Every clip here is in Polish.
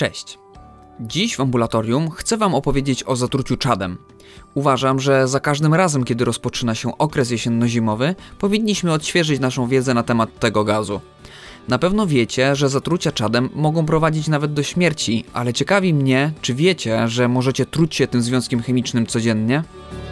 Cześć! Dziś w ambulatorium chcę Wam opowiedzieć o zatruciu czadem. Uważam, że za każdym razem, kiedy rozpoczyna się okres jesienno-zimowy, powinniśmy odświeżyć naszą wiedzę na temat tego gazu. Na pewno wiecie, że zatrucia czadem mogą prowadzić nawet do śmierci, ale ciekawi mnie, czy wiecie, że możecie truć się tym związkiem chemicznym codziennie?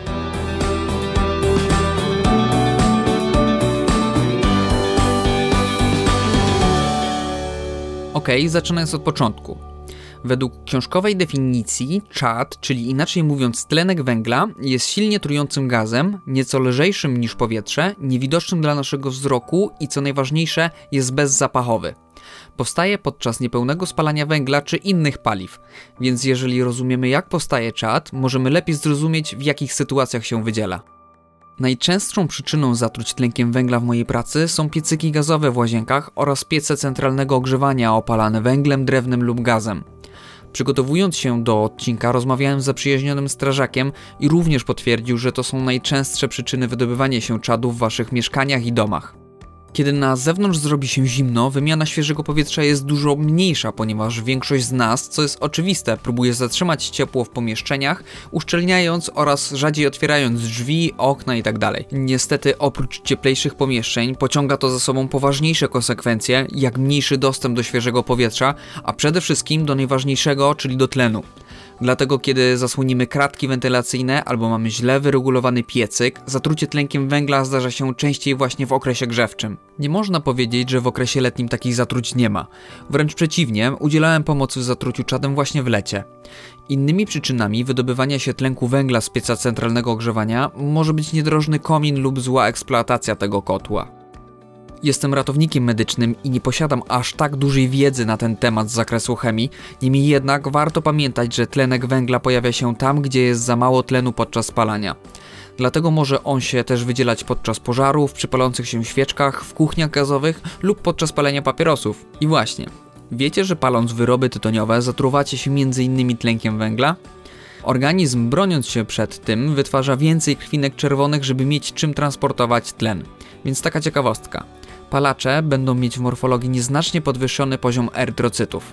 Okej, zaczynając od początku. Według książkowej definicji czad, czyli inaczej mówiąc tlenek węgla, jest silnie trującym gazem, nieco lżejszym niż powietrze, niewidocznym dla naszego wzroku i co najważniejsze jest bezzapachowy. Powstaje podczas niepełnego spalania węgla czy innych paliw, więc jeżeli rozumiemy jak powstaje czad, możemy lepiej zrozumieć w jakich sytuacjach się wydziela. Najczęstszą przyczyną zatruć tlenkiem węgla w mojej pracy są piecyki gazowe w łazienkach oraz piece centralnego ogrzewania opalane węglem, drewnem lub gazem. Przygotowując się do odcinka, rozmawiałem z zaprzyjaźnionym strażakiem i również potwierdził, że to są najczęstsze przyczyny wydobywania się czadu w waszych mieszkaniach i domach. Kiedy na zewnątrz zrobi się zimno, wymiana świeżego powietrza jest dużo mniejsza, ponieważ większość z nas, co jest oczywiste, próbuje zatrzymać ciepło w pomieszczeniach, uszczelniając oraz rzadziej otwierając drzwi, okna itd. Niestety oprócz cieplejszych pomieszczeń pociąga to za sobą poważniejsze konsekwencje, jak mniejszy dostęp do świeżego powietrza, a przede wszystkim do najważniejszego, czyli do tlenu. Dlatego kiedy zasłonimy kratki wentylacyjne albo mamy źle wyregulowany piecyk, zatrucie tlenkiem węgla zdarza się częściej właśnie w okresie grzewczym. Nie można powiedzieć, że w okresie letnim takich zatruć nie ma. Wręcz przeciwnie, udzielałem pomocy w zatruciu czadem właśnie w lecie. Innymi przyczynami wydobywania się tlenku węgla z pieca centralnego ogrzewania może być niedrożny komin lub zła eksploatacja tego kotła. Jestem ratownikiem medycznym i nie posiadam aż tak dużej wiedzy na ten temat z zakresu chemii, niemniej jednak warto pamiętać, że tlenek węgla pojawia się tam, gdzie jest za mało tlenu podczas spalania. Dlatego może on się też wydzielać podczas pożarów, przy palących się świeczkach, w kuchniach gazowych lub podczas palenia papierosów. I właśnie, wiecie, że paląc wyroby tytoniowe zatruwacie się m.in. tlenkiem węgla? Organizm, broniąc się przed tym, wytwarza więcej krwinek czerwonych, żeby mieć czym transportować tlen. Więc taka ciekawostka. Palacze będą mieć w morfologii nieznacznie podwyższony poziom erytrocytów.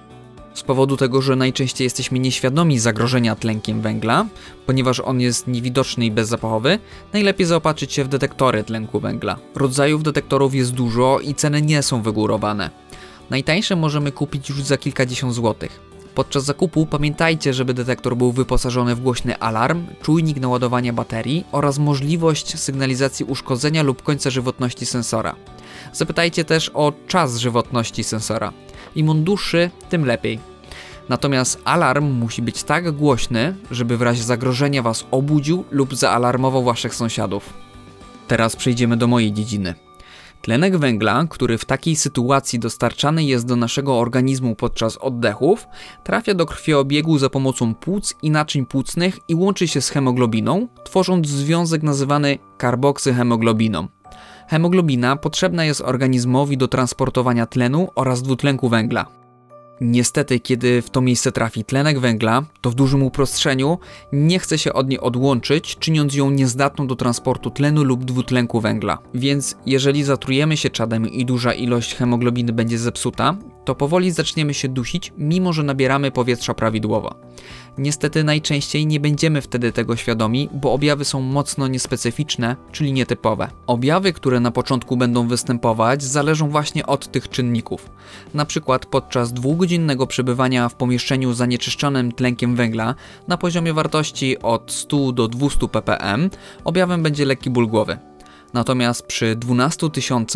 Z powodu tego, że najczęściej jesteśmy nieświadomi zagrożenia tlenkiem węgla, ponieważ on jest niewidoczny i bezzapachowy, najlepiej zaopatrzyć się w detektory tlenku węgla. Rodzajów detektorów jest dużo i ceny nie są wygórowane. Najtańsze możemy kupić już za kilkadziesiąt złotych. Podczas zakupu pamiętajcie, żeby detektor był wyposażony w głośny alarm, czujnik naładowania baterii oraz możliwość sygnalizacji uszkodzenia lub końca żywotności sensora. Zapytajcie też o czas żywotności sensora. Im on dłuższy, tym lepiej. Natomiast alarm musi być tak głośny, żeby w razie zagrożenia Was obudził lub zaalarmował Waszych sąsiadów. Teraz przejdziemy do mojej dziedziny. Tlenek węgla, który w takiej sytuacji dostarczany jest do naszego organizmu podczas oddechów, trafia do krwiobiegu za pomocą płuc i naczyń płucnych i łączy się z hemoglobiną, tworząc związek nazywany karboksyhemoglobiną. Hemoglobina potrzebna jest organizmowi do transportowania tlenu oraz dwutlenku węgla. Niestety, kiedy w to miejsce trafi tlenek węgla, to w dużym uproszczeniu nie chce się od niej odłączyć, czyniąc ją niezdatną do transportu tlenu lub dwutlenku węgla. Więc jeżeli zatrujemy się czadem i duża ilość hemoglobiny będzie zepsuta, to powoli zaczniemy się dusić, mimo że nabieramy powietrza prawidłowo. Niestety najczęściej nie będziemy wtedy tego świadomi, bo objawy są mocno niespecyficzne, czyli nietypowe. Objawy, które na początku będą występować, zależą właśnie od tych czynników. Na przykład podczas dwugodzinnego przebywania w pomieszczeniu zanieczyszczonym tlenkiem węgla na poziomie wartości od 100 do 200 ppm objawem będzie lekki ból głowy. Natomiast przy 12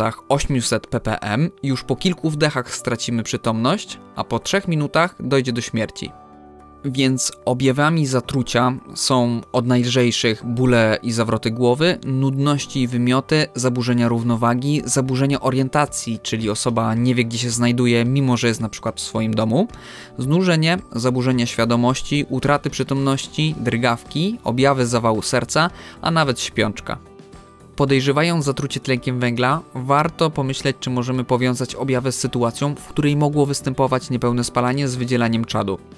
800 ppm już po kilku wdechach stracimy przytomność, a po 3 minutach dojdzie do śmierci. Więc objawami zatrucia są od najlżejszych bóle i zawroty głowy, nudności i wymioty, zaburzenia równowagi, zaburzenia orientacji, czyli osoba nie wie gdzie się znajduje, mimo że jest na przykład w swoim domu, znużenie, zaburzenia świadomości, utraty przytomności, drgawki, objawy zawału serca, a nawet śpiączka. Podejrzewając zatrucie tlenkiem węgla, warto pomyśleć, czy możemy powiązać objawy z sytuacją, w której mogło występować niepełne spalanie z wydzielaniem czadu.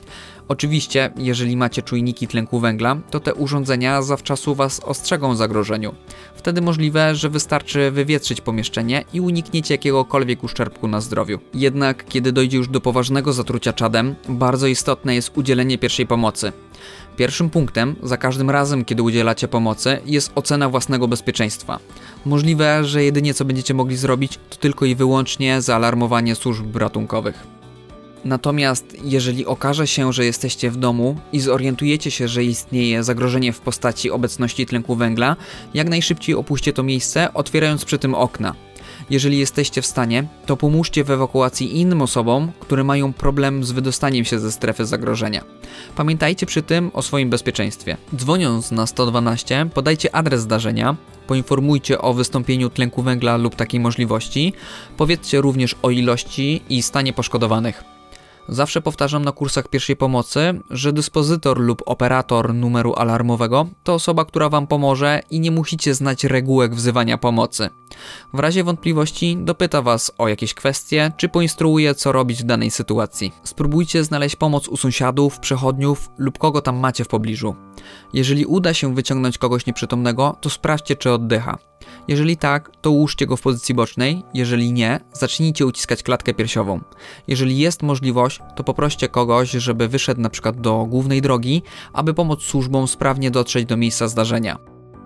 Oczywiście, jeżeli macie czujniki tlenku węgla, to te urządzenia zawczasu Was ostrzegą o zagrożeniu. Wtedy możliwe, że wystarczy wywietrzyć pomieszczenie i unikniecie jakiegokolwiek uszczerbku na zdrowiu. Jednak kiedy dojdzie już do poważnego zatrucia czadem, bardzo istotne jest udzielenie pierwszej pomocy. Pierwszym punktem, za każdym razem, kiedy udzielacie pomocy, jest ocena własnego bezpieczeństwa. Możliwe, że jedynie co będziecie mogli zrobić, to tylko i wyłącznie zaalarmowanie służb ratunkowych. Natomiast jeżeli okaże się, że jesteście w domu i zorientujecie się, że istnieje zagrożenie w postaci obecności tlenku węgla, jak najszybciej opuśćcie to miejsce, otwierając przy tym okna. Jeżeli jesteście w stanie, to pomóżcie w ewakuacji innym osobom, które mają problem z wydostaniem się ze strefy zagrożenia. Pamiętajcie przy tym o swoim bezpieczeństwie. Dzwoniąc na 112, podajcie adres zdarzenia, poinformujcie o wystąpieniu tlenku węgla lub takiej możliwości, powiedzcie również o ilości i stanie poszkodowanych. Zawsze powtarzam na kursach pierwszej pomocy, że dyspozytor lub operator numeru alarmowego to osoba, która Wam pomoże i nie musicie znać regułek wzywania pomocy. W razie wątpliwości dopyta Was o jakieś kwestie, czy poinstruuje, co robić w danej sytuacji. Spróbujcie znaleźć pomoc u sąsiadów, przechodniów lub kogo tam macie w pobliżu. Jeżeli uda się wyciągnąć kogoś nieprzytomnego, to sprawdźcie, czy oddycha. Jeżeli tak, to ułóżcie go w pozycji bocznej, jeżeli nie, zacznijcie uciskać klatkę piersiową. Jeżeli jest możliwość, to poproście kogoś, żeby wyszedł np. do głównej drogi, aby pomóc służbom sprawnie dotrzeć do miejsca zdarzenia.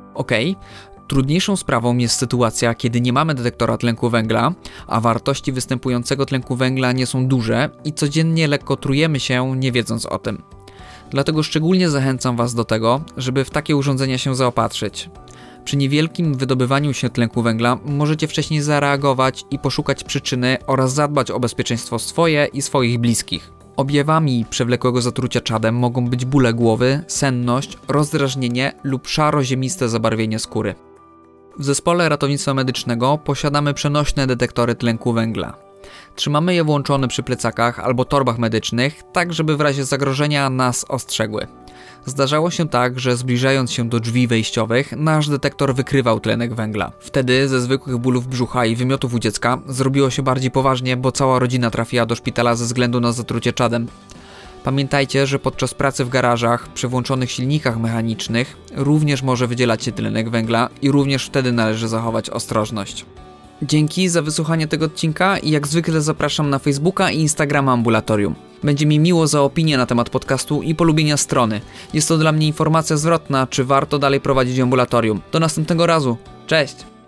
Trudniejszą sprawą jest sytuacja, kiedy nie mamy detektora tlenku węgla, a wartości występującego tlenku węgla nie są duże i codziennie lekko trujemy się, nie wiedząc o tym. Dlatego szczególnie zachęcam Was do tego, żeby w takie urządzenia się zaopatrzyć. Przy niewielkim wydobywaniu się tlenku węgla możecie wcześniej zareagować i poszukać przyczyny oraz zadbać o bezpieczeństwo swoje i swoich bliskich. Objawami przewlekłego zatrucia czadem mogą być bóle głowy, senność, rozdrażnienie lub szaro-ziemiste zabarwienie skóry. W zespole ratownictwa medycznego posiadamy przenośne detektory tlenku węgla. Trzymamy je włączone przy plecakach albo torbach medycznych, tak żeby w razie zagrożenia nas ostrzegły. Zdarzało się tak, że zbliżając się do drzwi wejściowych, nasz detektor wykrywał tlenek węgla. Wtedy ze zwykłych bólów brzucha i wymiotów u dziecka zrobiło się bardziej poważnie, bo cała rodzina trafiła do szpitala ze względu na zatrucie czadem. Pamiętajcie, że podczas pracy w garażach, przy włączonych silnikach mechanicznych, również może wydzielać się tlenek węgla i również wtedy należy zachować ostrożność. Dzięki za wysłuchanie tego odcinka i jak zwykle zapraszam na Facebooka i Instagrama Ambulatorium. Będzie mi miło za opinię na temat podcastu i polubienia strony. Jest to dla mnie informacja zwrotna, czy warto dalej prowadzić ambulatorium. Do następnego razu. Cześć!